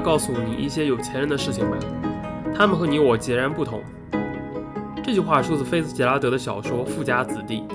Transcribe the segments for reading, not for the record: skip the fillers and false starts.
告诉你一些有钱人的事情吧，他们和你我截然不同。这句话出自菲茨杰拉德的小说《富家子弟》。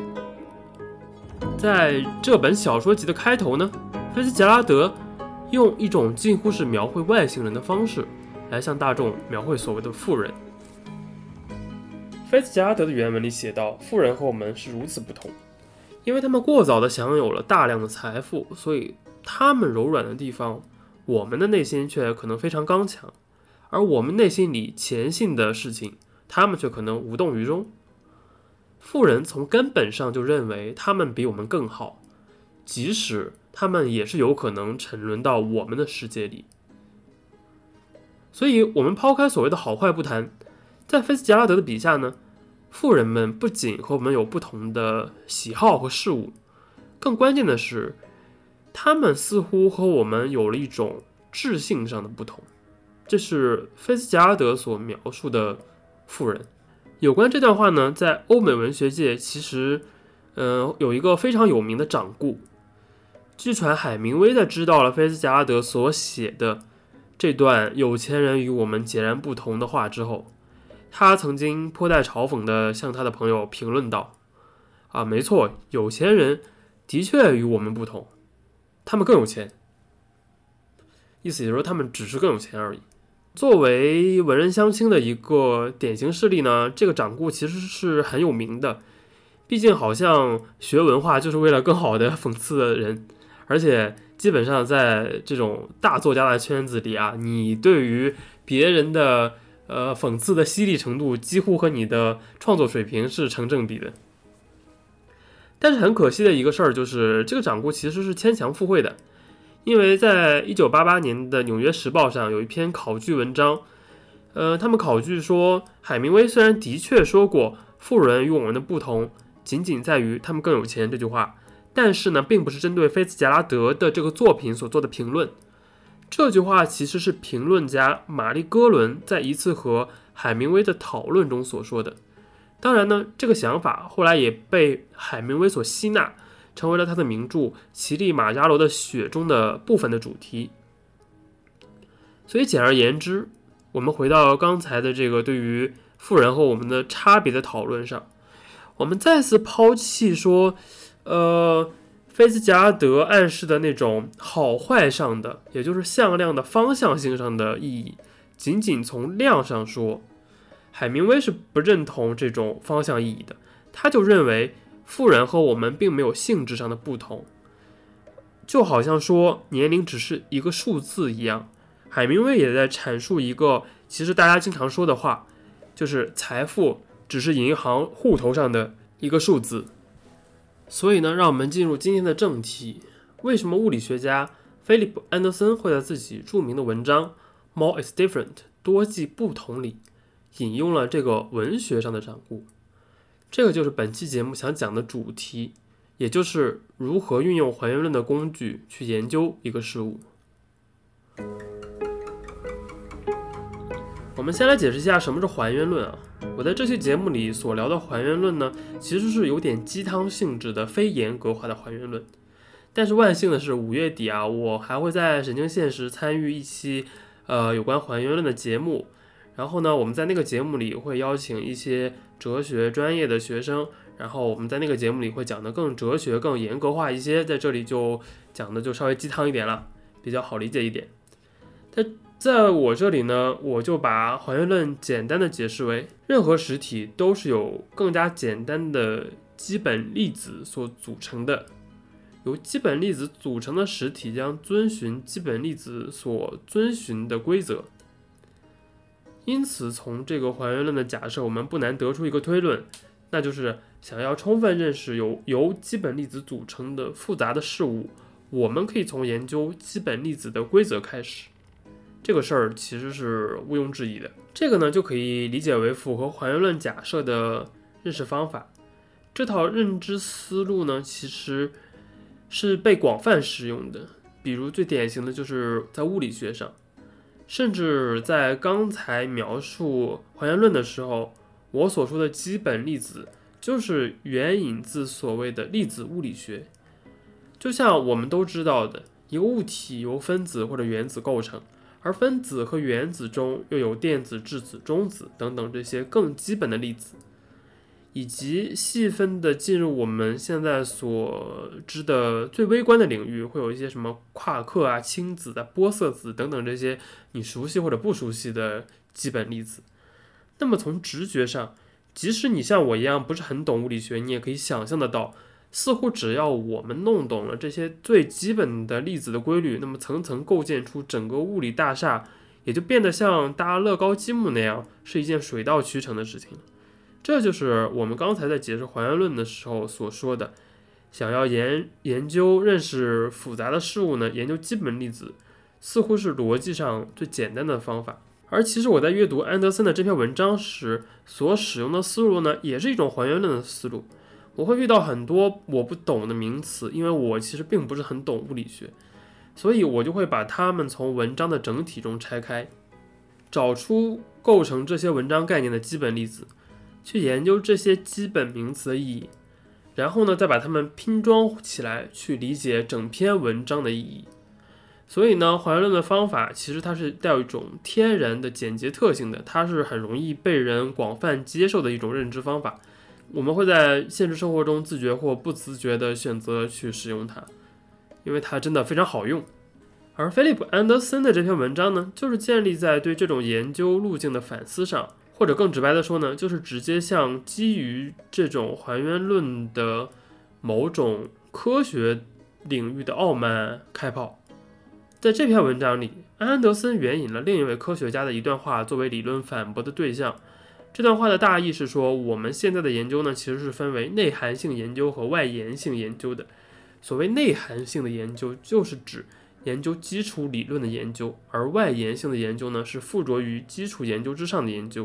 在这本小说集的开头呢，菲茨杰拉德用一种近乎是描绘外星人的方式来向大众描绘所谓的富人。菲茨杰拉德的原文里写道，富人和我们是如此不同，因为他们过早地享有了大量的财富，所以他们柔软的地方，我们的内心却可能非常刚强，而我们内心里虔信的事情，他们却可能无动于衷。富人从根本上就认为他们比我们更好，即使他们也是有可能沉沦到我们的世界里。所以我们抛开所谓的好坏不谈，在菲茨杰拉德的笔下呢，富人们不仅和我们有不同的喜好和事物，更关键的是，他们似乎和我们有了一种智性上的不同。这是菲茨杰拉德所描述的富人。有关这段话呢，在欧美文学界其实有一个非常有名的掌故。据传海明威在知道了菲茨杰拉德所写的这段有钱人与我们截然不同的话之后，他曾经颇带嘲讽地向他的朋友评论道，没错，有钱人的确与我们不同，他们更有钱。意思也就是说他们只是更有钱而已。作为文人相亲的一个典型事例呢，这个掌故其实是很有名的，毕竟好像学文化就是为了更好的讽刺人，而且基本上在这种大作家的圈子里你对于别人的讽刺的犀利程度几乎和你的创作水平是成正比的。但是很可惜的一个事儿就是，这个掌故其实是牵强附会的。因为在1988年的《纽约时报》上有一篇考据文章，他们考据说，海明威虽然的确说过富人与我们的不同仅仅在于他们更有钱这句话，但是呢，并不是针对菲茨杰拉德的这个作品所做的评论。这句话其实是评论家玛丽·戈伦在一次和海明威的讨论中所说的。当然呢，这个想法后来也被海明威所吸纳，成为了他的名著《乞力马扎罗的雪》中的部分的主题。所以简而言之，我们回到刚才的这个对于富人和我们的差别的讨论上，我们再次抛弃说菲茨杰拉德暗示的那种好坏上的，也就是向量的方向性上的意义，仅仅从量上说，海明威是不认同这种方向意义的。他就认为富人和我们并没有性质上的不同，就好像说年龄只是一个数字一样。海明威也在阐述一个其实大家经常说的话，就是财富只是银行户头上的一个数字。所以呢，让我们进入今天的正题。为什么物理学家菲利普·安德森会在自己著名的文章 More is Different 多即不同里引用了这个文学上的掌故？这个就是本期节目想讲的主题，也就是如何运用还原论的工具去研究一个事物。我们先来解释一下什么是还原论。我在这期节目里所聊的还原论呢，其实是有点鸡汤性质的非严格化的还原论。但是万幸的是5月底我还会在神经现实参与一期有关还原论的节目。然后呢，我们在那个节目里会邀请一些哲学专业的学生，然后我们在那个节目里会讲的更哲学更严格化一些，在这里就讲的就稍微鸡汤一点了，比较好理解一点。在我这里呢，我就把还原论简单的解释为，任何实体都是由更加简单的基本粒子所组成的，由基本粒子组成的实体将遵循基本粒子所遵循的规则。因此从这个还原论的假设，我们不难得出一个推论，那就是想要充分认识由基本粒子组成的复杂的事物，我们可以从研究基本粒子的规则开始。这个事儿其实是毋庸置疑的。这个呢，就可以理解为符合还原论假设的认识方法。这套认知思路呢，其实是被广泛使用的，比如最典型的就是在物理学上，甚至在刚才描述还原论的时候，我所说的基本粒子就是援引自所谓的粒子物理学。就像我们都知道的，一个物体由分子或者原子构成， 而分子和原子中又有电子、质子、中子等等这些更基本的粒子，以及细分的进入我们现在所知的最微观的领域，会有一些什么夸克啊、氢子啊、玻色子等等这些你熟悉或者不熟悉的基本粒子。那么从直觉上，即使你像我一样不是很懂物理学，你也可以想象得到，似乎只要我们弄懂了这些最基本的粒子的规律，那么层层构建出整个物理大厦，也就变得像搭乐高积木那样，是一件水到渠成的事情。这就是我们刚才在解释还原论的时候所说的，想要研究认识复杂的事物呢，研究基本粒子似乎是逻辑上最简单的方法。而其实我在阅读安德森的这篇文章时所使用的思路呢，也是一种还原论的思路。我会遇到很多我不懂的名词，因为我其实并不是很懂物理学，所以我就会把它们从文章的整体中拆开，找出构成这些文章概念的基本粒子，去研究这些基本名词的意义，然后呢，再把它们拼装起来，去理解整篇文章的意义。所以呢，还原论的方法其实它是带有一种天然的简洁特性的，它是很容易被人广泛接受的一种认知方法。我们会在现实生活中自觉或不自觉地选择去使用它，因为它真的非常好用。而菲利普·安德森的这篇文章呢，就是建立在对这种研究路径的反思上，或者更直白的说呢，就是直接向基于这种还原论的某种科学领域的傲慢开炮。在这篇文章里，安德森援引了另一位科学家的一段话作为理论反驳的对象。这段话的大意是说，我们现在的研究呢，其实是分为内涵性研究和外延性研究的。所谓内涵性的研究，就是指研究基础理论的研究，而外延性的研究呢，是附着于基础研究之上的研究。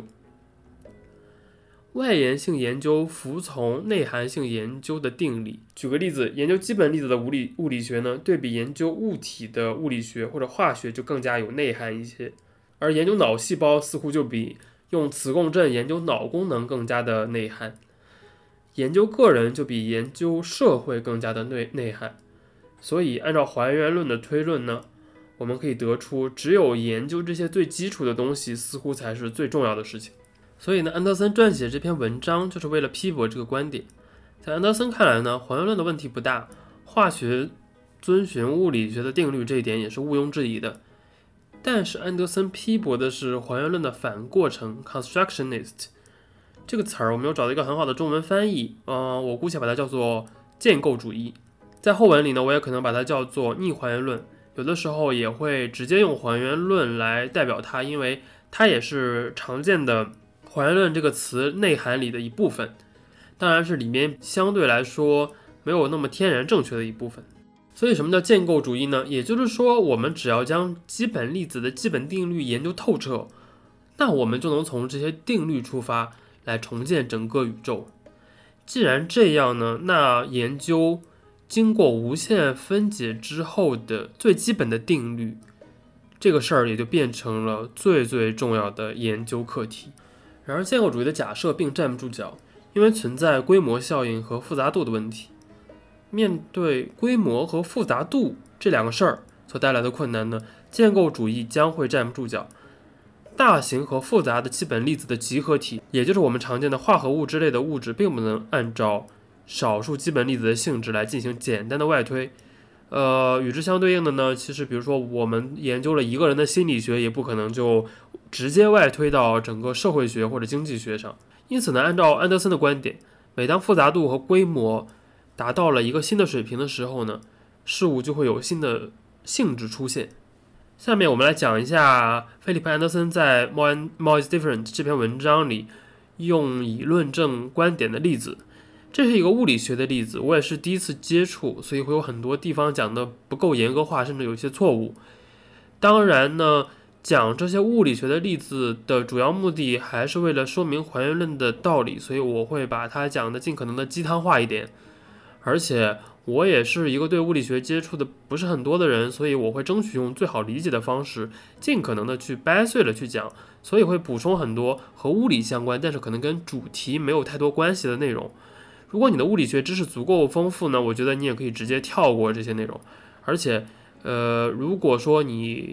外延性研究服从内涵性研究的定理。举个例子，研究基本粒子的物理学呢，对比研究物体的物理学或者化学就更加有内涵一些。而研究脑细胞似乎就比用磁共振研究脑功能更加的内涵。研究个人就比研究社会更加的内涵。所以按照还原论的推论呢，我们可以得出，只有研究这些最基础的东西似乎才是最重要的事情。所以呢，安德森撰写这篇文章就是为了批驳这个观点。在安德森看来呢，还原论的问题不大，化学遵循物理学的定律，这一点也是毋庸置疑的。但是安德森批驳的是还原论的反过程 constructionist 这个词儿，我没有找到一个很好的中文翻译，我姑且把它叫做建构主义。在后文里呢，我也可能把它叫做逆还原论，有的时候也会直接用还原论来代表它，因为它也是常见的还原论这个词内涵里的一部分，当然是里面相对来说没有那么天然正确的一部分。所以什么叫建构主义呢？也就是说，我们只要将基本粒子的基本定律研究透彻，那我们就能从这些定律出发来重建整个宇宙。既然这样呢，那研究经过无限分解之后的最基本的定律，这个事儿也就变成了最最重要的研究课题。然而建构主义的假设并站不住脚，因为存在规模效应和复杂度的问题。面对规模和复杂度这两个事儿所带来的困难呢，建构主义将会站不住脚。大型和复杂的基本粒子的集合体，也就是我们常见的化合物之类的物质，并不能按照少数基本粒子的性质来进行简单的外推。与之相对应的呢，其实比如说我们研究了一个人的心理学，也不可能就直接外推到整个社会学或者经济学上。因此呢，按照安德森的观点，每当复杂度和规模达到了一个新的水平的时候呢，事物就会有新的性质出现。下面我们来讲一下菲利普·安德森在《More is Different》这篇文章里用以论证观点的例子。这是一个物理学的例子，我也是第一次接触，所以会有很多地方讲的不够严格化，甚至有一些错误。当然呢，讲这些物理学的例子的主要目的还是为了说明还原论的道理，所以我会把它讲的尽可能的鸡汤化一点。而且我也是一个对物理学接触的不是很多的人，所以我会争取用最好理解的方式，尽可能的去掰碎了去讲，所以会补充很多和物理相关，但是可能跟主题没有太多关系的内容。如果你的物理学知识足够丰富呢，我觉得你也可以直接跳过这些内容。而且如果说你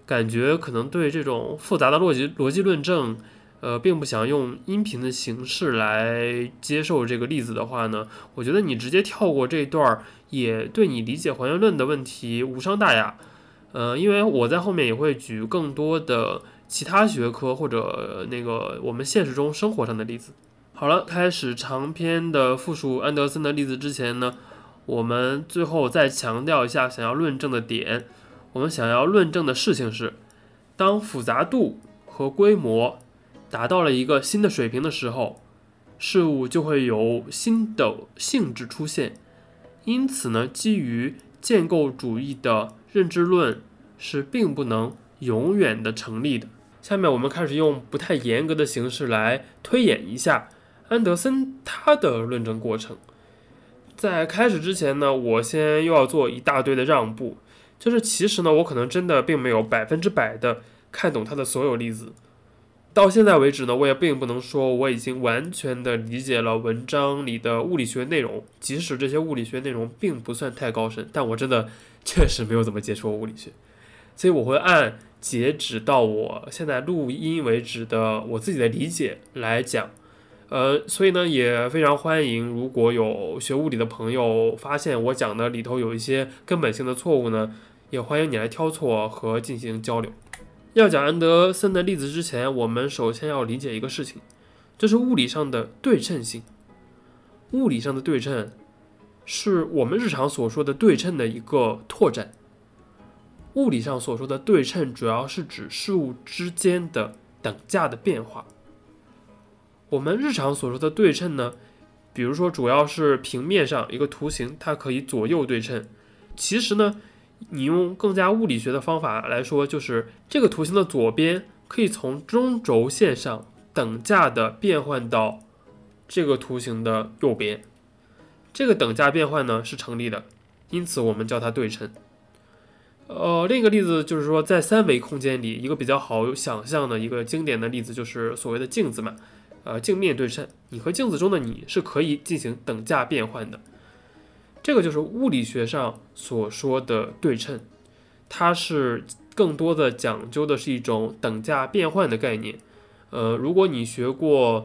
感觉可能对这种复杂的逻辑论证，并不想用音频的形式来接受这个例子的话呢，我觉得你直接跳过这一段，也对你理解还原论的问题无伤大雅。因为我在后面也会举更多的其他学科或者那个我们现实中生活上的例子。好了，开始长篇的复述安德森的例子之前呢，我们最后再强调一下想要论证的点。我们想要论证的事情是，当复杂度和规模达到了一个新的水平的时候，事物就会有新的性质出现。因此呢，基于建构主义的认知论是并不能永远的成立的。下面我们开始用不太严格的形式来推演一下安德森他的论证过程。在开始之前呢，我先又要做一大堆的让步，就是其实呢，我可能真的并没有100%的看懂他的所有例子。到现在为止呢，我也并不能说我已经完全的理解了文章里的物理学内容，即使这些物理学内容并不算太高深，但我真的确实没有怎么接触过物理学，所以我会按截止到我现在录音为止的我自己的理解来讲。所以呢，也非常欢迎，如果有学物理的朋友发现我讲的里头有一些根本性的错误呢，也欢迎你来挑错和进行交流。要讲安德森的例子之前，我们首先要理解一个事情，就是物理上的对称性。物理上的对称是我们日常所说的对称的一个拓展。物理上所说的对称主要是指事物之间的等价的变化。我们日常所说的对称呢，比如说主要是平面上一个图形，它可以左右对称。其实呢，你用更加物理学的方法来说，就是这个图形的左边可以从中轴线上等价的变换到这个图形的右边。这个等价变换呢是成立的，因此我们叫它对称。另一个例子就是说，在三维空间里，一个比较好想象的一个经典的例子就是所谓的镜子嘛。镜面对称，你和镜子中的你是可以进行等价变换的。这个就是物理学上所说的对称，它是更多的讲究的是一种等价变换的概念。如果你学过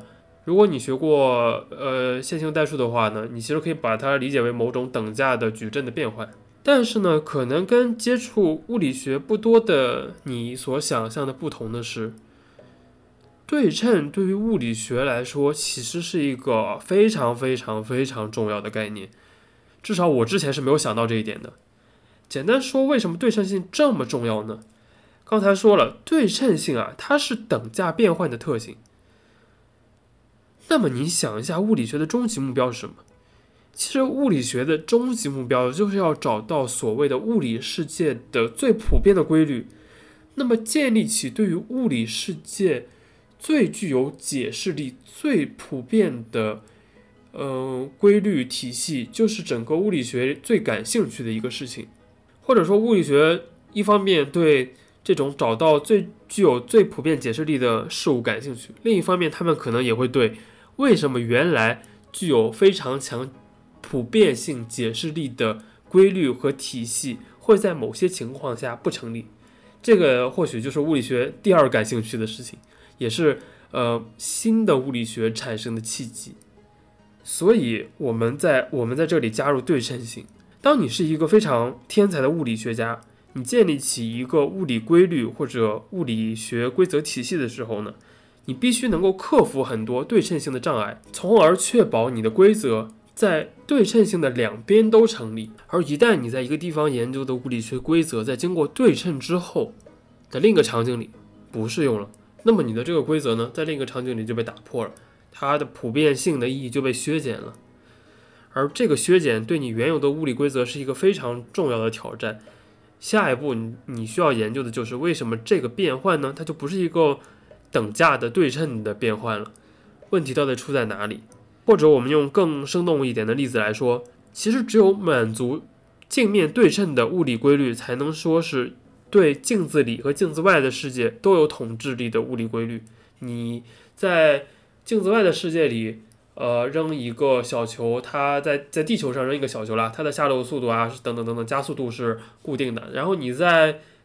线性代数的话呢，你其实可以把它理解为某种等价的矩阵的变换。但是呢，可能跟接触物理学不多的你所想象的不同的是，对称对于物理学来说其实是一个非常非常非常重要的概念，至少我之前是没有想到这一点的。简单说，为什么对称性这么重要呢？刚才说了，对称性啊，它是等价变换的特性。那么你想一下，物理学的终极目标是什么？其实物理学的终极目标就是要找到所谓的物理世界的最普遍的规律，那么建立起对于物理世界最具有解释力、最普遍的规律体系，就是整个物理学最感兴趣的一个事情。或者说，物理学一方面对这种找到最具有最普遍解释力的事物感兴趣，另一方面他们可能也会对为什么原来具有非常强普遍性解释力的规律和体系会在某些情况下不成立，这个或许就是物理学第二感兴趣的事情，也是新的物理学产生的契机。所以我们在这里加入对称性。当你是一个非常天才的物理学家，你建立起一个物理规律或者物理学规则体系的时候呢，你必须能够克服很多对称性的障碍，从而确保你的规则在对称性的两边都成立。而一旦你在一个地方研究的物理学规则在经过对称之后的另一个场景里不适用了，那么你的这个规则呢，在另一个场景里就被打破了，它的普遍性的意义就被削减了。而这个削减对你原有的物理规则是一个非常重要的挑战。下一步你需要研究的就是为什么这个变换呢，它就不是一个等价的对称的变换了，问题到底出在哪里？或者我们用更生动一点的例子来说，其实只有满足镜面对称的物理规律才能说是对镜子里和镜子外的世界都有统治力的物理规律。你在镜子外的世界里扔一个小球，它在地球上扔一个小球啦，它的下落速度啊等等等等加速度是固定的。然后你在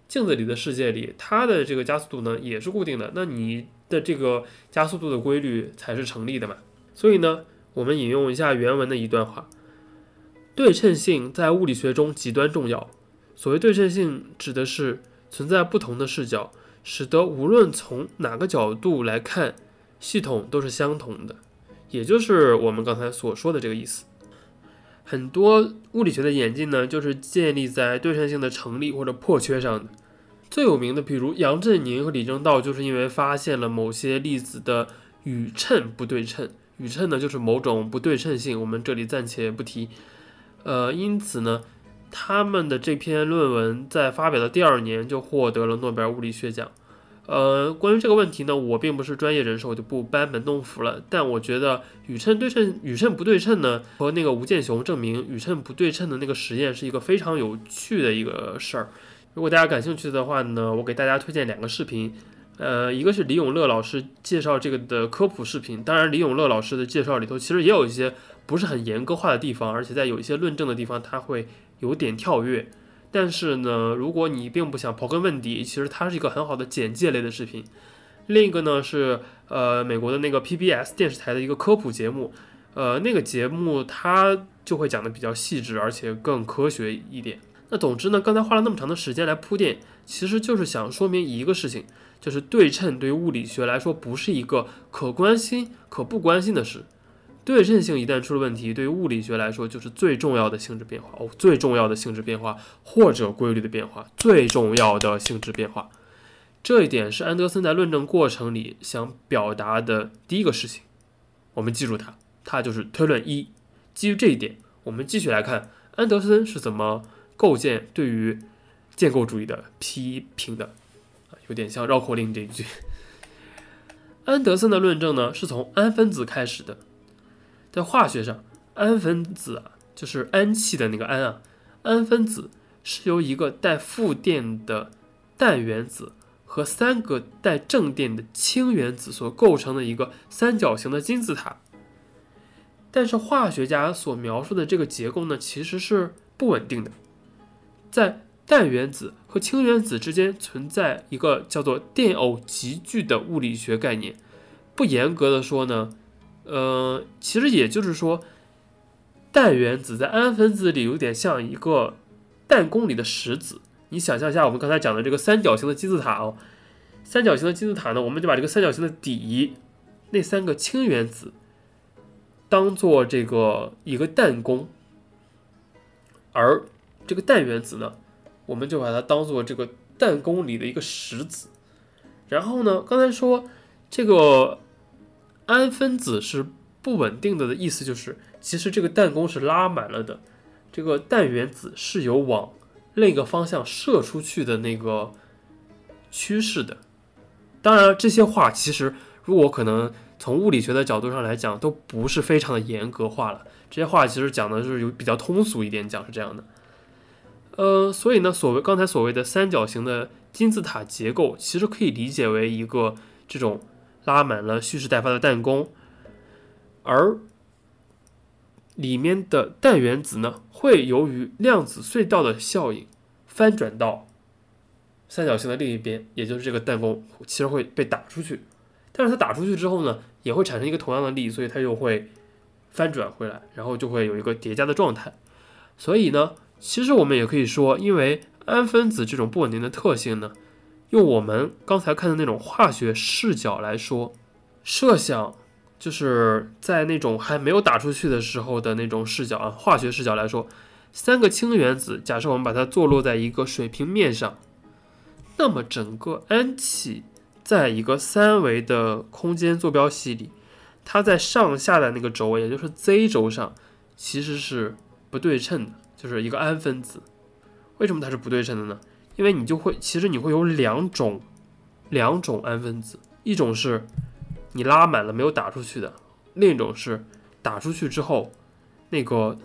镜子里的世界里，它的这个加速度呢也是固定的，那你的这个加速度的规律才是成立的嘛。所以呢，我们引用一下原文的一段话：对称性在物理学中极端重要。所谓对称性，指的是存在不同的视角，使得无论从哪个角度来看，系统都是相同的，也就是我们刚才所说的这个意思。很多物理学的演进呢，就是建立在对称性的成立或者破缺上的。最有名的，比如杨振宁和李政道，就是因为发现了某些粒子的宇称不对称。宇称呢，就是某种不对称性，我们这里暂且不提。因此呢，他们的这篇论文在发表的第2年就获得了诺贝尔物理学奖。关于这个问题呢，我并不是专业人士，我就不班门弄斧了。但我觉得宇称不对称呢，和那个吴健雄证明宇称不对称的那个实验是一个非常有趣的一个事儿。如果大家感兴趣的话呢，我给大家推荐2个视频。一个是李永乐老师介绍这个的科普视频，当然李永乐老师的介绍里头其实也有一些不是很严格化的地方，而且在有一些论证的地方他会有点跳跃。但是呢，如果你并不想刨根问底，其实它是一个很好的简介类的视频。另一个呢是美国的那个 PBS 电视台的一个科普节目，那个节目它就会讲的比较细致，而且更科学一点。那总之呢，刚才花了那么长的时间来铺垫，其实就是想说明一个事情，就是对称对于物理学来说不是一个可关心可不关心的事。对称性一旦出了问题，对于物理学来说就是最重要的性质变化，最重要的性质变化或者规律的变化，最重要的性质变化。这一点是安德森在论证过程里想表达的第一个事情，我们记住它就是推论1。基于这一点，我们继续来看安德森是怎么构建对于建构主义的批评的，有点像绕口令这一句。安德森的论证呢，是从氨分子开始的。在化学上，氨分子就是氨气的那个氨氨分子是由一个带负电的氮原子和3个带正电的氢原子所构成的一个三角形的金字塔。但是化学家所描述的这个结构呢，其实是不稳定的。在氮原子和氢原子之间存在一个叫做电偶集聚的物理学概念。不严格的说呢，其实也就是说，氮原子在氨分子里有点像一个弹弓里的石子。你想象一下我们刚才讲的这个三角形的金字塔三角形的金字塔呢，我们就把这个三角形的底那3个氢原子当做这个一个弹弓，而这个氮原子呢，我们就把它当做这个弹弓里的一个石子。然后呢，刚才说这个氨分子是不稳定的意思就是，其实这个弹弓是拉满了的，这个氮原子是有往另一个方向射出去的那个趋势的。当然这些话其实如果可能从物理学的角度上来讲都不是非常的严格化了，这些话其实讲的是有比较通俗一点讲是这样的。所以呢，刚才所谓的三角形的金字塔结构其实可以理解为一个这种拉满了蓄势待发的弹弓，而里面的氮原子呢，会由于量子隧道的效应翻转到三角形的另一边，也就是这个弹弓其实会被打出去。但是它打出去之后呢，也会产生一个同样的力，所以它又会翻转回来，然后就会有一个叠加的状态。所以呢，其实我们也可以说，因为氨分子这种不稳定的特性呢，用我们刚才看的那种化学视角来说，设想就是在那种还没有打出去的时候的那种视角化学视角来说，3个氢原子，假设我们把它坐落在一个水平面上，那么整个氨气在一个3维的空间坐标系里，它在上下的那个轴，也就是 Z 轴上，其实是不对称的，就是一个氨分子。为什么它是不对称的呢？因为其实你会有两种氨分子，一种是你拉满了没有打出去的，另一种是打出去之后，那个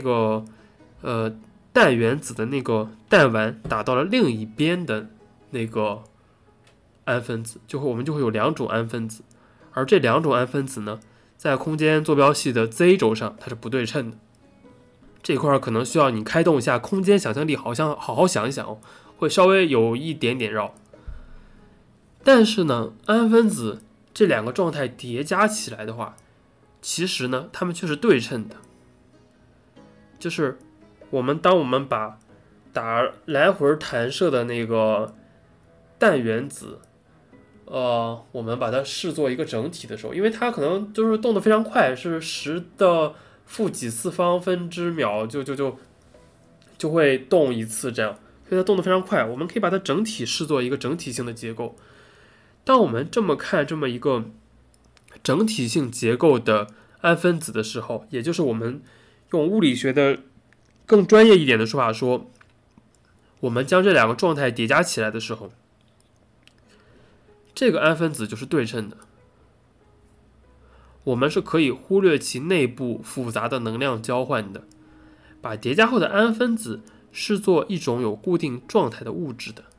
氮原子的那个弹丸打到了另一边的那个氨分子，我们就会有2种氨分子，而这2种氨分子呢，在空间坐标系的 Z 轴上它是不对称的。这块可能需要你开动一下空间想象力，好好想一想会稍微有一点点绕。但是呢，氨分子这两个状态叠加起来的话，其实呢，它们却是对称的。就是当我们把打来回弹射的那个氮原子，我们把它视作一个整体的时候，因为它可能就是动得非常快，是10的负几次方分之秒就会动一次这样，所以它动得非常快。我们可以把它整体视作一个整体性的结构。当我们这么看这么一个整体性结构的氨分子的时候，也就是我们用物理学的更专业一点的说法说，我们将这两个状态叠加起来的时候，这个氨分子就是对称的。我们是可以忽略其内部复杂的能量交换的，把叠加后的氨分子视作一种有固定状态的物质的。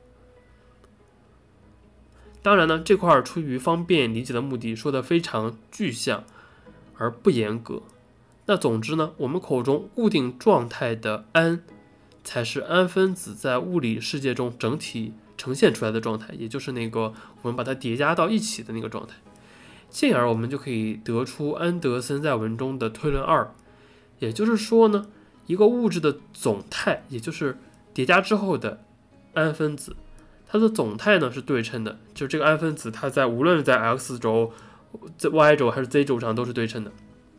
当然呢，这块出于方便理解的目的，说的非常具象而不严格。那总之呢，我们口中固定状态的氨，才是氨分子在物理世界中整体呈现出来的状态，也就是那个我们把它叠加到一起的那个状态。进而我们就可以得出安德森在文中的推论2，也就是说呢，一个物质的总态，也就是叠加之后的氨分子，它的总态呢是对称的，就是这个氨分子它无论在 x 轴、在 y 轴还是 z 轴上都是对称的。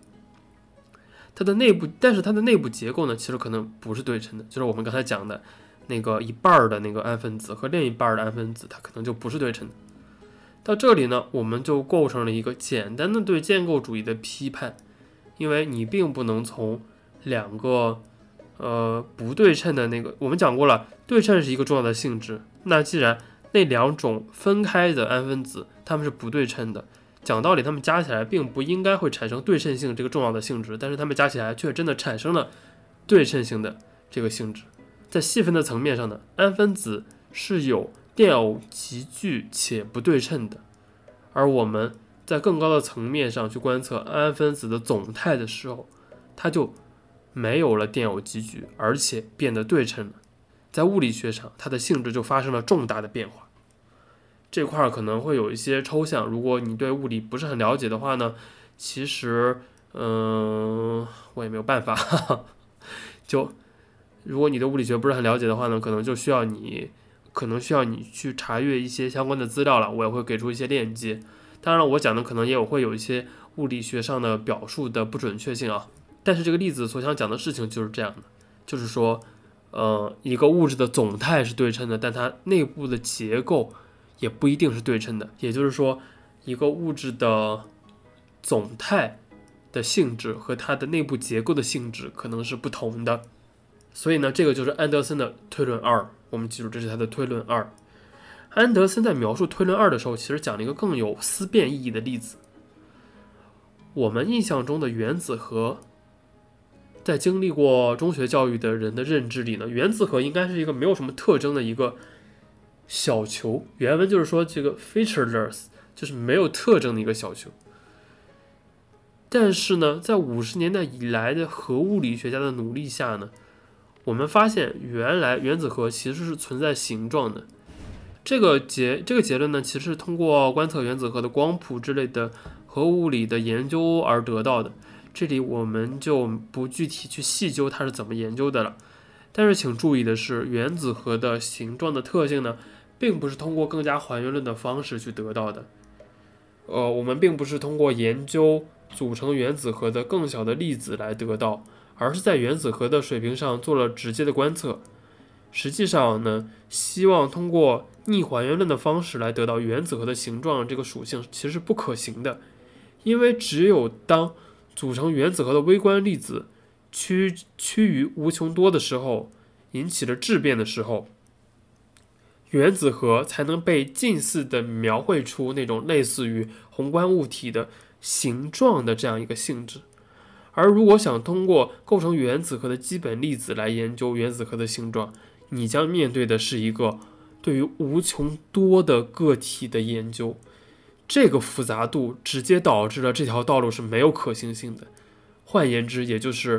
但是它的内部结构呢，其实可能不是对称的，就是我们刚才讲的那个一半的那个氨分子和另一半的氨分子，它可能就不是对称的。到这里呢，我们就构成了一个简单的对建构主义的批判，因为你并不能从两个不对称的那个，我们讲过了，对称是一个重要的性质。那既然那两种分开的氨分子它们是不对称的，讲道理它们加起来并不应该会产生对称性这个重要的性质，但是它们加起来却真的产生了对称性的这个性质。在细分的层面上呢，氨分子是有电偶极矩且不对称的，而我们在更高的层面上去观测氨分子的总态的时候，它就没有了电偶极矩，而且变得对称了。在物理学上，它的性质就发生了重大的变化。这块可能会有一些抽象，如果你对物理不是很了解的话呢，其实我也没有办法就如果你对物理学不是很了解的话呢，可能需要你去查阅一些相关的资料了，我也会给出一些链接。当然我讲的可能也会有一些物理学上的表述的不准确性啊，但是这个例子所想讲的事情就是这样的，就是说一个物质的总态是对称的，但它内部的结构也不一定是对称的，也就是说一个物质的总态的性质和它的内部结构的性质可能是不同的。所以呢，这个就是安德森的推论2，我们记住这是他的推论2。安德森在描述推论2的时候，其实讲了一个更有思辨意义的例子。我们印象中的原子核，在经历过中学教育的人的认知里呢，原子核应该是一个没有什么特征的一个小球，原文就是说这个 featureless， 就是没有特征的一个小球。但是呢，在50年代以来的核物理学家的努力下呢，我们发现原来原子核其实是存在形状的。这个结论呢，其实是通过观测原子核的光谱之类的核物理的研究而得到的。这里我们就不具体去细究它是怎么研究的了。但是请注意的是，原子核的形状的特性呢，并不是通过更加还原论的方式去得到的。我们并不是通过研究组成原子核的更小的粒子来得到，而是在原子核的水平上做了直接的观测。实际上呢，希望通过逆还原论的方式来得到原子核的形状这个属性其实是不可行的，因为只有当组成原子核的微观粒子趋于无穷多的时候，引起了质变的时候，原子核才能被近似的描绘出那种类似于宏观物体的形状的这样一个性质。而如果想通过构成原子核的基本粒子来研究原子核的形状，你将面对的是一个对于无穷多的个体的研究，这个复杂度直接导致了这条道路是没有可行性的。换言之，也就是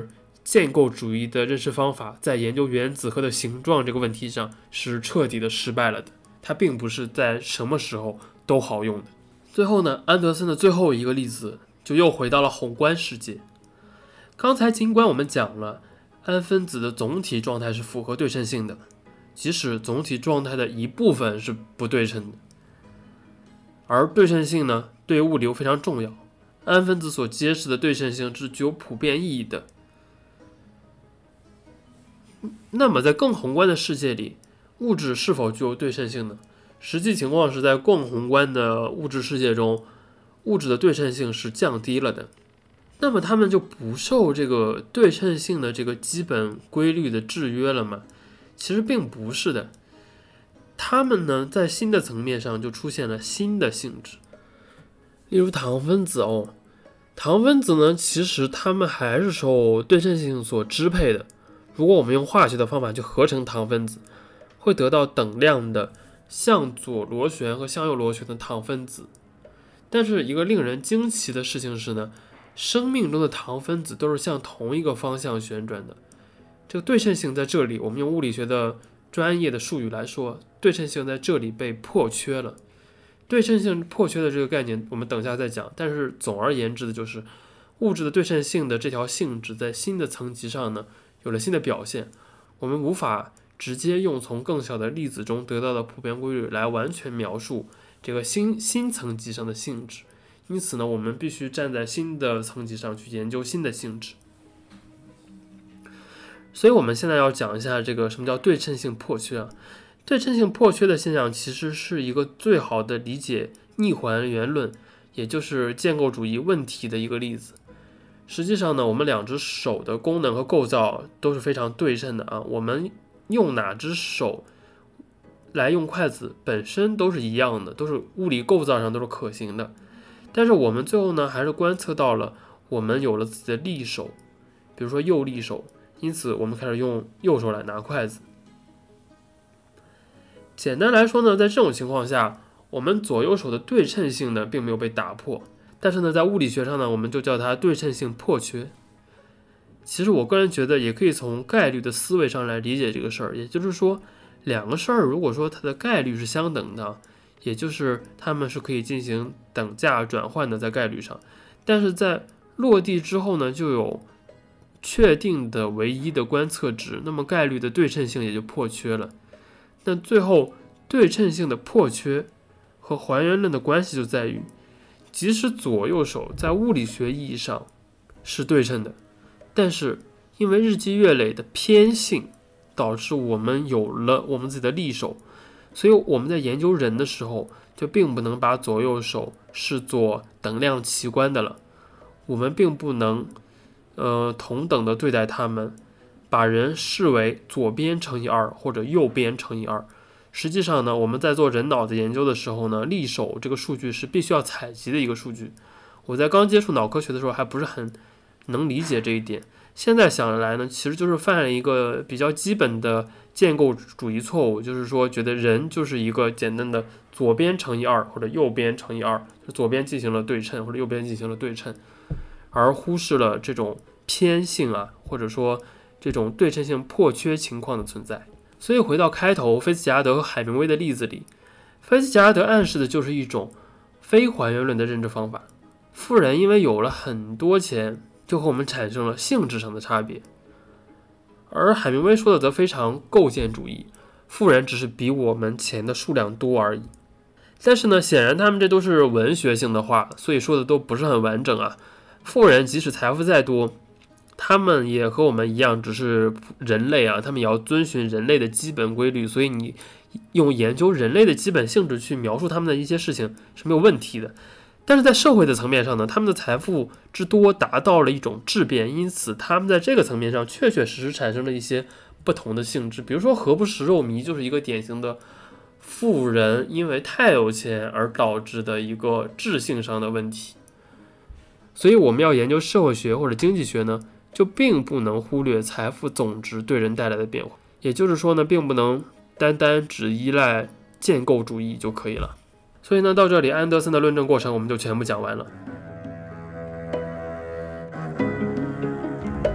建构主义的认识方法在研究原子核的形状这个问题上是彻底的失败了的，它并不是在什么时候都好用的。最后呢，安德森的最后一个例子就又回到了宏观世界。刚才尽管我们讲了氨分子的总体状态是符合对称性的，即使总体状态的一部分是不对称的，而对称性呢，对于物理非常重要。氨分子所揭示的对称性是具有普遍意义的。那么在更宏观的世界里，物质是否具有对称性呢？实际情况是在更宏观的物质世界中，物质的对称性是降低了的。那么它们就不受这个对称性的这个基本规律的制约了吗？其实并不是的。它们呢，在新的层面上就出现了新的性质。例如糖分子糖分子呢，其实它们还是受对称性所支配的。如果我们用化学的方法去合成糖分子，会得到等量的向左螺旋和向右螺旋的糖分子。但是一个令人惊奇的事情是呢，生命中的糖分子都是向同一个方向旋转的。这个对称性在这里，我们用物理学的专业的术语来说，对称性在这里被破缺了。对称性破缺的这个概念我们等一下再讲，但是总而言之的就是物质的对称性的这条性质在新的层级上呢有了新的表现。我们无法直接用从更小的粒子中得到的普遍规律来完全描述这个新层级上的性质，因此呢，我们必须站在新的层级上去研究新的性质。所以我们现在要讲一下这个什么叫对称性破缺啊？对称性破缺的现象其实是一个最好的理解逆还原论，也就是建构主义问题的一个例子。实际上呢，我们两只手的功能和构造都是非常对称的啊。我们用哪只手来用筷子本身都是一样的，都是物理构造上都是可行的。但是我们最后呢，还是观测到了我们有了自己的利手，比如说右利手，因此我们开始用右手来拿筷子。简单来说呢，在这种情况下，我们左右手的对称性呢并没有被打破，但是呢，在物理学上呢，我们就叫它对称性破缺。其实我个人觉得也可以从概率的思维上来理解这个事儿，也就是说，两个事儿如果说它的概率是相等的，也就是它们是可以进行等价转换的在概率上，但是在落地之后呢，就有确定的唯一的观测值，那么概率的对称性也就破缺了。那最后对称性的破缺和还原论的关系就在于，即使左右手在物理学意义上是对称的，但是因为日积月累的偏性导致我们有了我们自己的利手，所以我们在研究人的时候就并不能把左右手视作等量齐观的了。我们并不能同等的对待他们，把人视为左边乘以2或者右边乘以2。实际上呢，我们在做人脑的研究的时候呢，利手这个数据是必须要采集的一个数据。我在刚接触脑科学的时候还不是很能理解这一点，现在想来呢，其实就是犯了一个比较基本的建构主义错误，就是说觉得人就是一个简单的左边乘以2或者右边乘以2，就左边进行了对称或者右边进行了对称，而忽视了这种偏性啊，或者说这种对称性破缺情况的存在。所以回到开头菲茨杰拉德和海明威的例子里，菲茨杰拉德暗示的就是一种非还原论的认知方法。富人因为有了很多钱，就和我们产生了性质上的差别，而海明威说的则非常构建主义，富人只是比我们钱的数量多而已。但是呢，显然他们这都是文学性的话，所以说的都不是很完整啊。富人即使财富再多，他们也和我们一样，只是人类啊，他们也要遵循人类的基本规律，所以你用研究人类的基本性质去描述他们的一些事情是没有问题的。但是在社会的层面上呢，他们的财富之多达到了一种质变，因此他们在这个层面上确实产生了一些不同的性质。比如说何不食肉糜就是一个典型的富人因为太有钱而导致的一个质性上的问题。所以我们要研究社会学或者经济学呢，就并不能忽略财富总值对人带来的变化，也就是说呢，并不能单只依赖建构主义就可以了。所以呢，到这里安德森的论证过程我们就全部讲完了。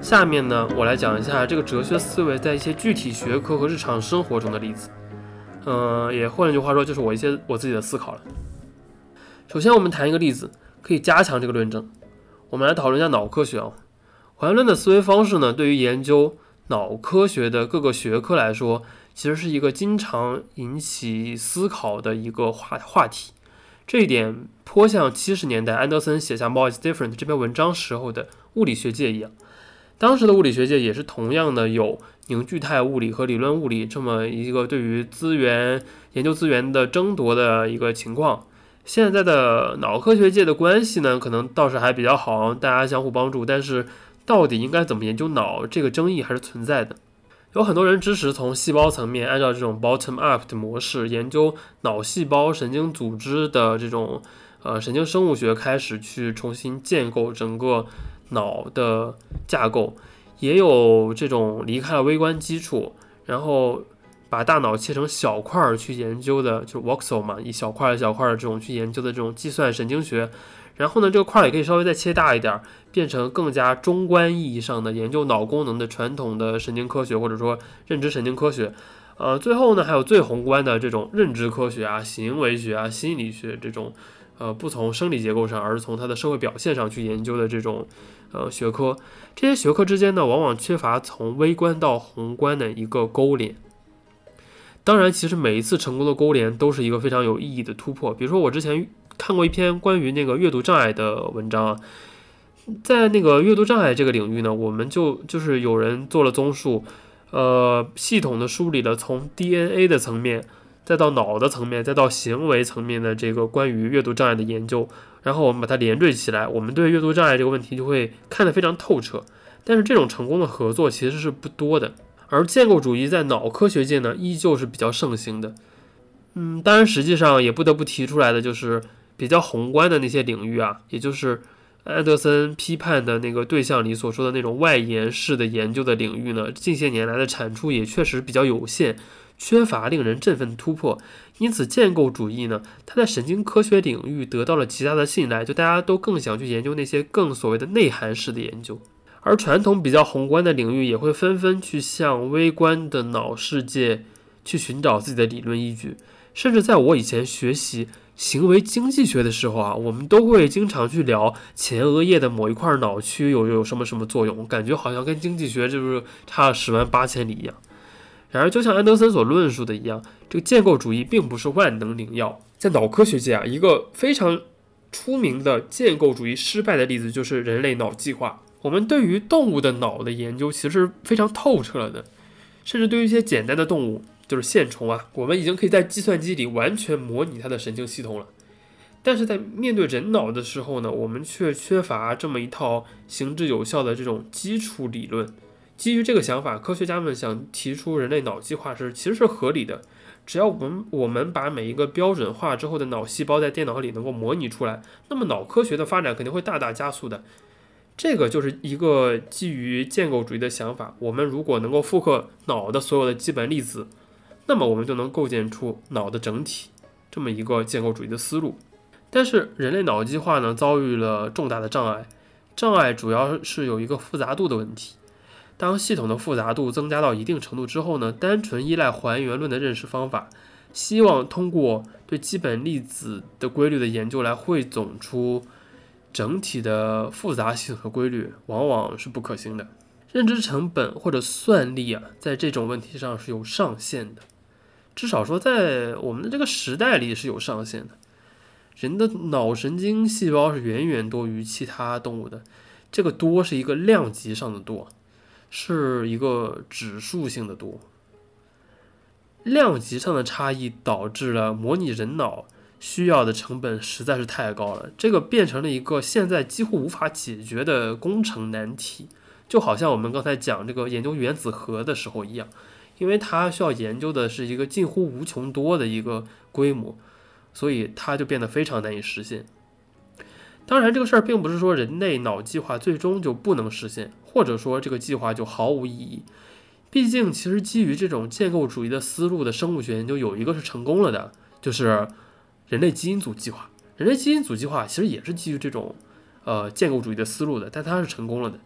下面呢，我来讲一下这个哲学思维在一些具体学科和日常生活中的例子。也换句话说，就是我自己的思考了。首先，我们谈一个例子，可以加强这个论证。我们来讨论一下脑科学啊。还原论的思维方式呢，对于研究脑科学的各个学科来说，其实是一个经常引起思考的一个话题。这一点颇像70年代安德森写下《More is Different》这篇文章时候的物理学界一样。当时的物理学界也是同样的有凝聚态物理和理论物理这么一个对于研究资源的争夺的一个情况。现在的脑科学界的关系呢，可能倒是还比较好，大家相互帮助，但是到底应该怎么研究脑，这个争议还是存在的。有很多人支持从细胞层面按照这种 bottom up 的模式研究脑细胞神经组织的这种神经生物学开始去重新建构整个脑的架构，也有这种离开了微观基础，然后把大脑切成小块去研究的，就是 voxel 嘛，一小块的这种去研究的这种计算神经学。然后呢，这个块也可以稍微再切大一点，变成更加中观意义上的研究脑功能的传统的神经科学，或者说认知神经科学。最后呢，还有最宏观的这种认知科学啊、行为学啊、心理学这种，不从生理结构上，而是从它的社会表现上去研究的这种学科。这些学科之间呢，往往缺乏从微观到宏观的一个勾连。当然，其实每一次成功的勾连都是一个非常有意义的突破。比如说，我之前看过一篇关于那个阅读障碍的文章啊，在那个阅读障碍这个领域呢，我们就是有人做了综述，系统的梳理了从 DNA 的层面，再到脑的层面，再到行为层面的这个关于阅读障碍的研究，然后我们把它连缀起来，我们对阅读障碍这个问题就会看得非常透彻。但是这种成功的合作其实是不多的，而建构主义在脑科学界呢，依旧是比较盛行的。当然实际上也不得不提出来的就是比较宏观的那些领域啊，也就是安德森批判的那个对象里所说的那种外延式的研究的领域呢，近些年来的产出也确实比较有限，缺乏令人振奋的突破。因此建构主义呢，它在神经科学领域得到了极大的信赖，就大家都更想去研究那些更所谓的内涵式的研究。而传统比较宏观的领域也会纷纷去向微观的脑世界去寻找自己的理论依据。甚至在我以前学习行为经济学的时候啊，我们都会经常去聊前额叶的某一块脑区有什么什么作用，感觉好像跟经济学就是差了10万8千里一样。然而就像安德森所论述的一样，这个建构主义并不是万能灵药。在脑科学界啊，一个非常出名的建构主义失败的例子就是人类脑计划。我们对于动物的脑的研究其实非常透彻了的，甚至对于一些简单的动物，就是线虫啊，我们已经可以在计算机里完全模拟它的神经系统了。但是在面对人脑的时候呢，我们却缺乏这么一套行之有效的这种基础理论。基于这个想法，科学家们想提出人类脑计划其实是合理的。只要我们把每一个标准化之后的脑细胞在电脑里能够模拟出来，那么脑科学的发展肯定会大大加速的。这个就是一个基于建构主义的想法。我们如果能够复刻脑的所有的基本粒子，那么我们就能构建出脑的整体，这么一个建构主义的思路。但是人类脑计划呢，遭遇了重大的障碍。障碍主要是有一个复杂度的问题。当系统的复杂度增加到一定程度之后呢，单纯依赖还原论的认识方法，希望通过对基本粒子的规律的研究来汇总出整体的复杂系统的规律，往往是不可行的。认知成本或者算力啊，在这种问题上是有上限的，至少说在我们的这个时代里是有上限的。人的脑神经细胞是远远多于其他动物的，这个多是一个量级上的多，是一个指数性的多。量级上的差异导致了模拟人脑需要的成本实在是太高了，这个变成了一个现在几乎无法解决的工程难题。就好像我们刚才讲这个研究原子核的时候一样，因为它需要研究的是一个近乎无穷多的一个规模，所以它就变得非常难以实现。当然这个事儿并不是说人类脑计划最终就不能实现，或者说这个计划就毫无意义。毕竟其实基于这种建构主义的思路的生物学研究有一个是成功了的，就是人类基因组计划。人类基因组计划其实也是基于这种建构主义的思路的，但它是成功了的。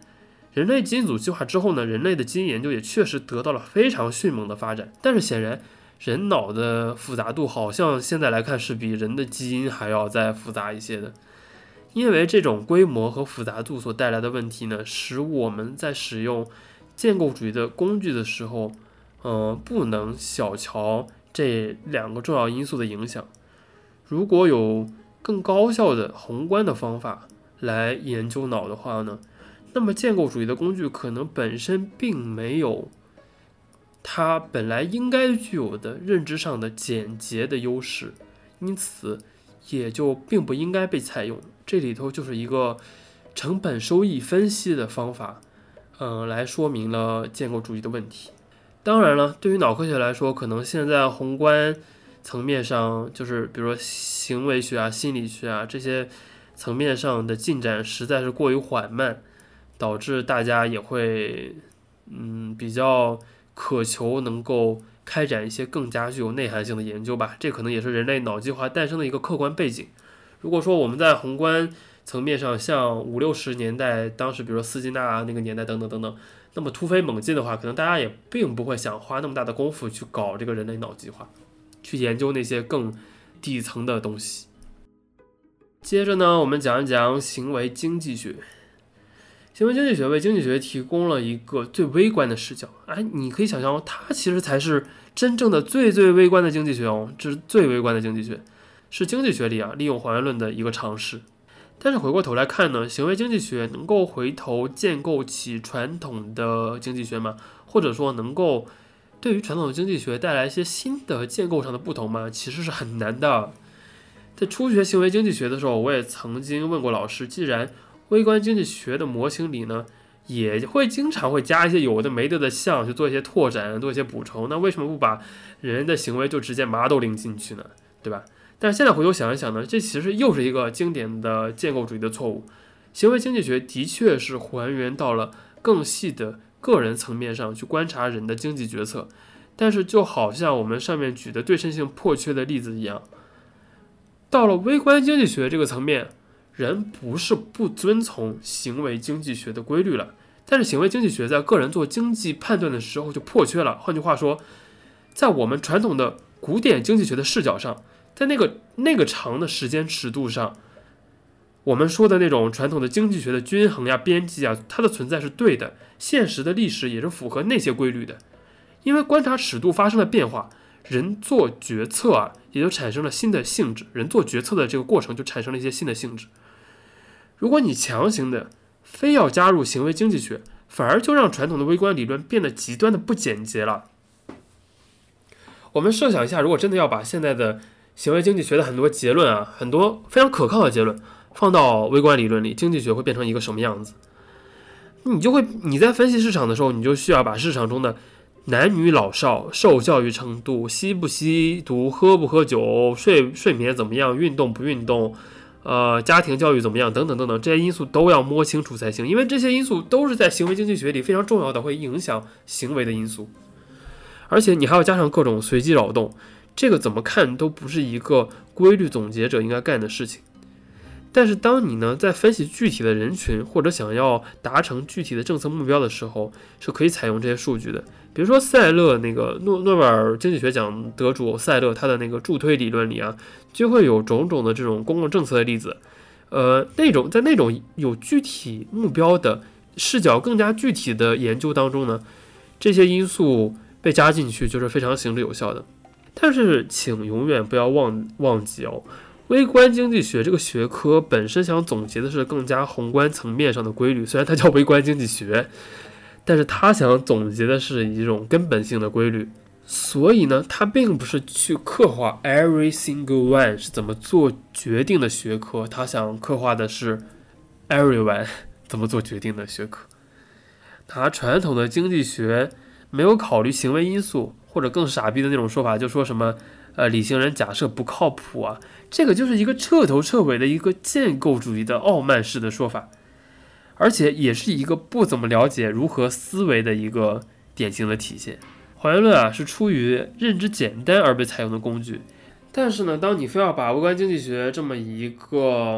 人类基因组计划之后呢，人类的基因研究也确实得到了非常迅猛的发展。但是显然，人脑的复杂度好像现在来看是比人的基因还要再复杂一些的。因为这种规模和复杂度所带来的问题呢，使我们在使用建构主义的工具的时候，不能小瞧这2个重要因素的影响。如果有更高效的宏观的方法来研究脑的话呢，那么建构主义的工具可能本身并没有它本来应该具有的认知上的简洁的优势，因此也就并不应该被采用。这里头就是一个成本收益分析的方法，来说明了建构主义的问题。当然了，对于脑科学来说，可能现在宏观层面上，就是比如说行为学啊、心理学啊这些层面上的进展实在是过于缓慢，导致大家也会比较渴求能够开展一些更加具有内涵性的研究吧。这可能也是人类脑计划诞生的一个客观背景。如果说我们在宏观层面上像50、60年代，当时比如说斯金纳那个年代等等等等，那么突飞猛进的话，可能大家也并不会想花那么大的功夫去搞这个人类脑计划，去研究那些更底层的东西。接着呢，我们讲一讲行为经济学。行为经济学为经济学提供了一个最微观的视角。你可以想象，它其实才是真正的最微观的经济学哦，这是最微观的经济学，是经济学里利用还原论的一个尝试。但是回过头来看呢，行为经济学能够回头建构起传统的经济学吗？或者说能够对于传统的经济学带来一些新的建构上的不同吗？其实是很难的。在初学行为经济学的时候，我也曾经问过老师，既然微观经济学的模型里呢，也会经常会加一些有的没的项去做一些拓展，做一些补充，那为什么不把人的行为就直接麻都拎进去呢？对吧？但是现在回头想一想呢，这其实又是一个经典的建构主义的错误。行为经济学的确是还原到了更细的个人层面上去观察人的经济决策，但是就好像我们上面举的对称性破缺的例子一样，到了微观经济学这个层面，人不是不遵从行为经济学的规律了，但是行为经济学在个人做经济判断的时候就破缺了。换句话说，在我们传统的古典经济学的视角上，在那个长的时间尺度上，我们说的那种传统的经济学的均衡呀、边际啊，它的存在是对的，现实的历史也是符合那些规律的。因为观察尺度发生了变化，人做决策也就产生了新的性质，人做决策的这个过程就产生了一些新的性质。如果你强行的非要加入行为经济学，反而就让传统的微观理论变得极端的不简洁了。我们设想一下，如果真的要把现在的行为经济学的很多结论很多非常可靠的结论放到微观理论里，经济学会变成一个什么样子？你在分析市场的时候，你就需要把市场中的男女老少、受教育程度、吸不吸毒、喝不喝酒、睡眠怎么样、运动不运动、家庭教育怎么样等等等等，这些因素都要摸清楚才行，因为这些因素都是在行为经济学里非常重要的，会影响行为的因素。而且你还要加上各种随机扰动，这个怎么看都不是一个规律总结者应该干的事情。但是当你呢在分析具体的人群或者想要达成具体的政策目标的时候，是可以采用这些数据的。比如说塞勒那个诺贝尔经济学奖得主塞勒，他的那个助推理论里就会有种种的这种公共政策的例子。在那种有具体目标的视角更加具体的研究当中呢，这些因素被加进去就是非常行之有效的。但是请永远不要忘记微观经济学这个学科本身想总结的是更加宏观层面上的规律，虽然它叫微观经济学，但是它想总结的是一种根本性的规律。所以呢，它并不是去刻画 every single one 是怎么做决定的学科，它想刻画的是 everyone 怎么做决定的学科。拿传统的经济学没有考虑行为因素，或者更傻逼的那种说法，就说什么理性人假设不靠谱这个就是一个彻头彻尾的一个建构主义的傲慢式的说法，而且也是一个不怎么了解如何思维的一个典型的体现。还原论是出于认知简单而被采用的工具，但是呢，当你非要把微观经济学这么一个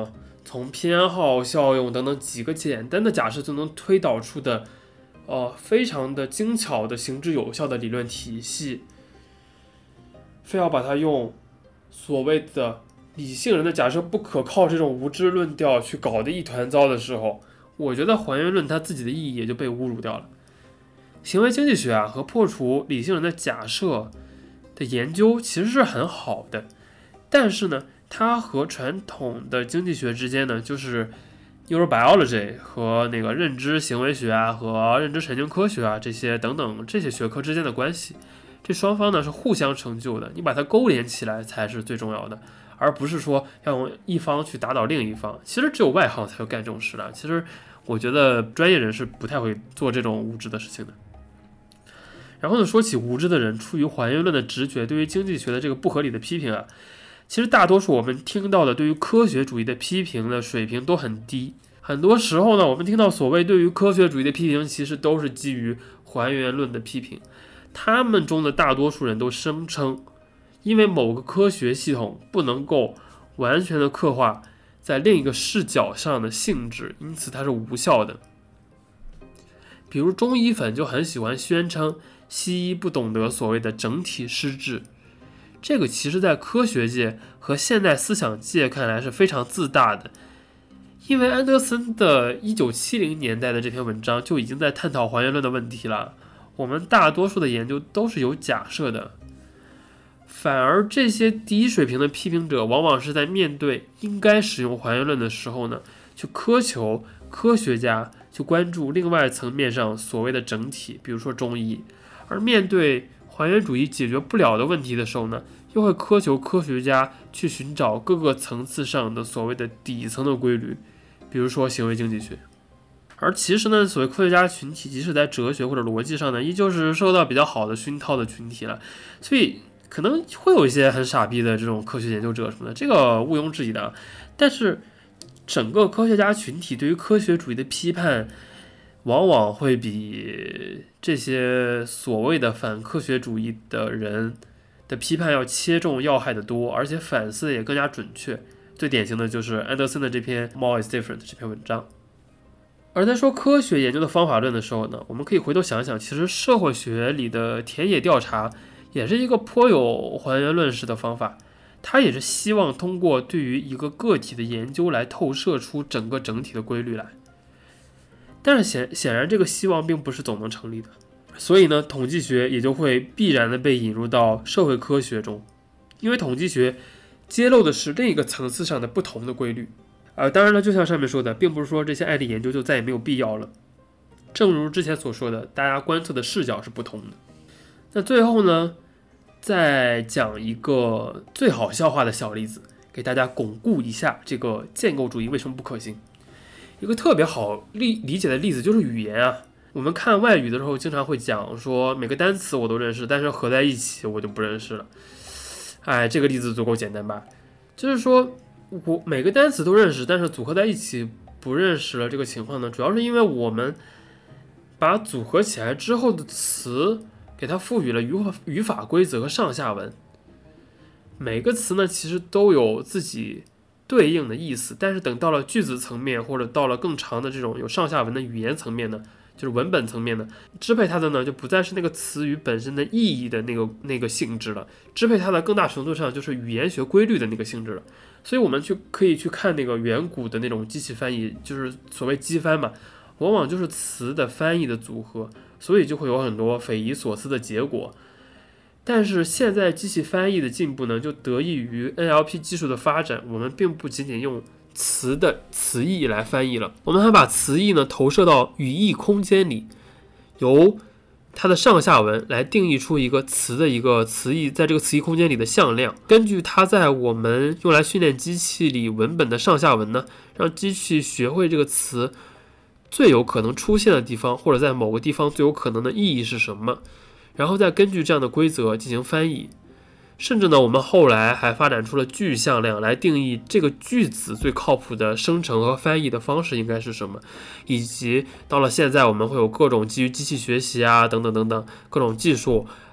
从偏好、效用等等几个简单的假设就能推导出的非常的精巧的行之有效的理论体系，非要把它用所谓的理性人的假设不可靠这种无知论调去搞得一团糟的时候，我觉得还原论它自己的意义也就被侮辱掉了。行为经济学和破除理性人的假设的研究其实是很好的，但是呢，它和传统的经济学之间呢，就是 neurobiology 和那个认知行为学和认知神经科学这些等等这些学科之间的关系，这双方呢是互相成就的，你把它勾连起来才是最重要的，而不是说要用一方去打倒另一方。其实只有外行才会干这种事了，其实我觉得专业人士不太会做这种无知的事情的。然后呢，说起无知的人出于还原论的直觉对于经济学的这个不合理的批评其实大多数我们听到的对于科学主义的批评的水平都很低。很多时候呢，我们听到所谓对于科学主义的批评，其实都是基于还原论的批评。他们中的大多数人都声称，因为某个科学系统不能够完全的刻画在另一个视角上的性质，因此它是无效的。比如中医粉就很喜欢宣称西医不懂得所谓的整体失智，这个其实在科学界和现代思想界看来是非常自大的，因为安德森的1970年代的这篇文章就已经在探讨还原论的问题了。我们大多数的研究都是有假设的，反而这些低水平的批评者往往是在面对应该使用还原论的时候呢，去苛求科学家去关注另外层面上所谓的整体，比如说中医，而面对还原主义解决不了的问题的时候呢，又会苛求科学家去寻找各个层次上的所谓的底层的规律，比如说行为经济学。而其实呢，所谓科学家群体即使在哲学或者逻辑上呢，依旧是受到比较好的熏陶的群体了，所以可能会有一些很傻逼的这种科学研究者什么的，这个毋庸置疑的。但是整个科学家群体对于科学主义的批判往往会比这些所谓的反科学主义的人的批判要切中要害的多，而且反思也更加准确。最典型的就是安德森的这篇 More is Different 这篇文章。而在说科学研究的方法论的时候呢，我们可以回头想想，其实社会学里的田野调查也是一个颇有还原论式的方法，它也是希望通过对于一个个体的研究来透射出整个整体的规律来。但是显然这个希望并不是总能成立的，所以呢，统计学也就会必然的被引入到社会科学中，因为统计学揭露的是另一个层次上的不同的规律。当然了，就像上面说的，并不是说这些案例研究就再也没有必要了。正如之前所说的，大家观测的视角是不同的。那最后呢，再讲一个最好笑话的小例子，给大家巩固一下这个建构主义为什么不可行。一个特别好理解的例子就是语言我们看外语的时候经常会讲说每个单词我都认识，但是合在一起我就不认识了。这个例子足够简单吧？就是说我每个单词都认识，但是组合在一起不认识了。这个情况呢，主要是因为我们把组合起来之后的词给它赋予了语法规则和上下文。每个词呢，其实都有自己对应的意思，但是等到了句子层面，或者到了更长的这种有上下文的语言层面呢，就是文本层面呢，支配它的呢就不再是那个词语本身的意义的那个性质了，支配它的更大程度上就是语言学规律的那个性质了。所以我们可以去看那个远古的那种机器翻译，就是所谓机翻嘛，往往就是词的翻译的组合，所以就会有很多匪夷所思的结果。但是现在机器翻译的进步呢，就得益于 NLP 技术的发展，我们并不仅仅用词的词义来翻译了，我们还把词义呢投射到语义空间里，由它的上下文来定义出一个词的一个词义，在这个词义空间里的向量，根据它在我们用来训练机器里文本的上下文呢，让机器学会这个词最有可能出现的地方，或者在某个地方最有可能的意义是什么，然后再根据这样的规则进行翻译。甚至呢，我们后来还发展出了具象量来定义这个句子最靠谱的生成和翻译的方式应该是什么，以及到了现在我们会有各种基于机器学习等等等等各种技术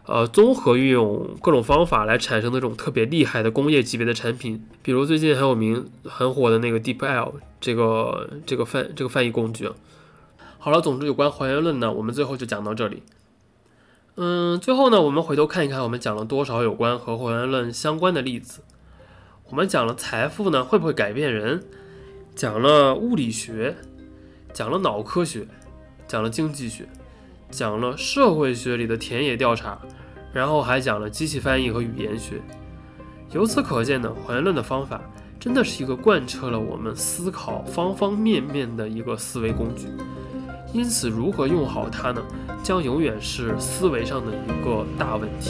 综合运用各种方法来产生那种特别厉害的工业级别的产品，比如最近很火的那个 DeepL 这个翻译工具。好了，总之有关还原论呢，我们最后就讲到这里。最后呢，我们回头看一看，我们讲了多少有关和还原论相关的例子。我们讲了财富呢会不会改变人，讲了物理学，讲了脑科学，讲了经济学，讲了社会学里的田野调查，然后还讲了机器翻译和语言学。由此可见呢，还原论的方法真的是一个贯彻了我们思考方方面面的一个思维工具。因此如何用好它呢，将永远是思维上的一个大问题。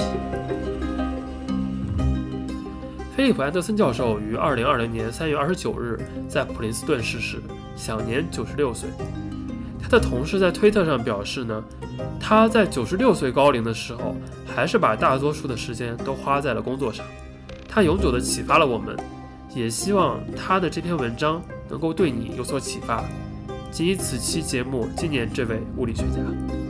菲利普·安德森教授于2020年3月29日在普林斯顿逝世，享年96岁。他的同事在推特上表示呢，他在96岁高龄的时候，还是把大多数的时间都花在了工作上。他永久地启发了我们，也希望他的这篇文章能够对你有所启发。仅以此期节目纪念这位物理学家。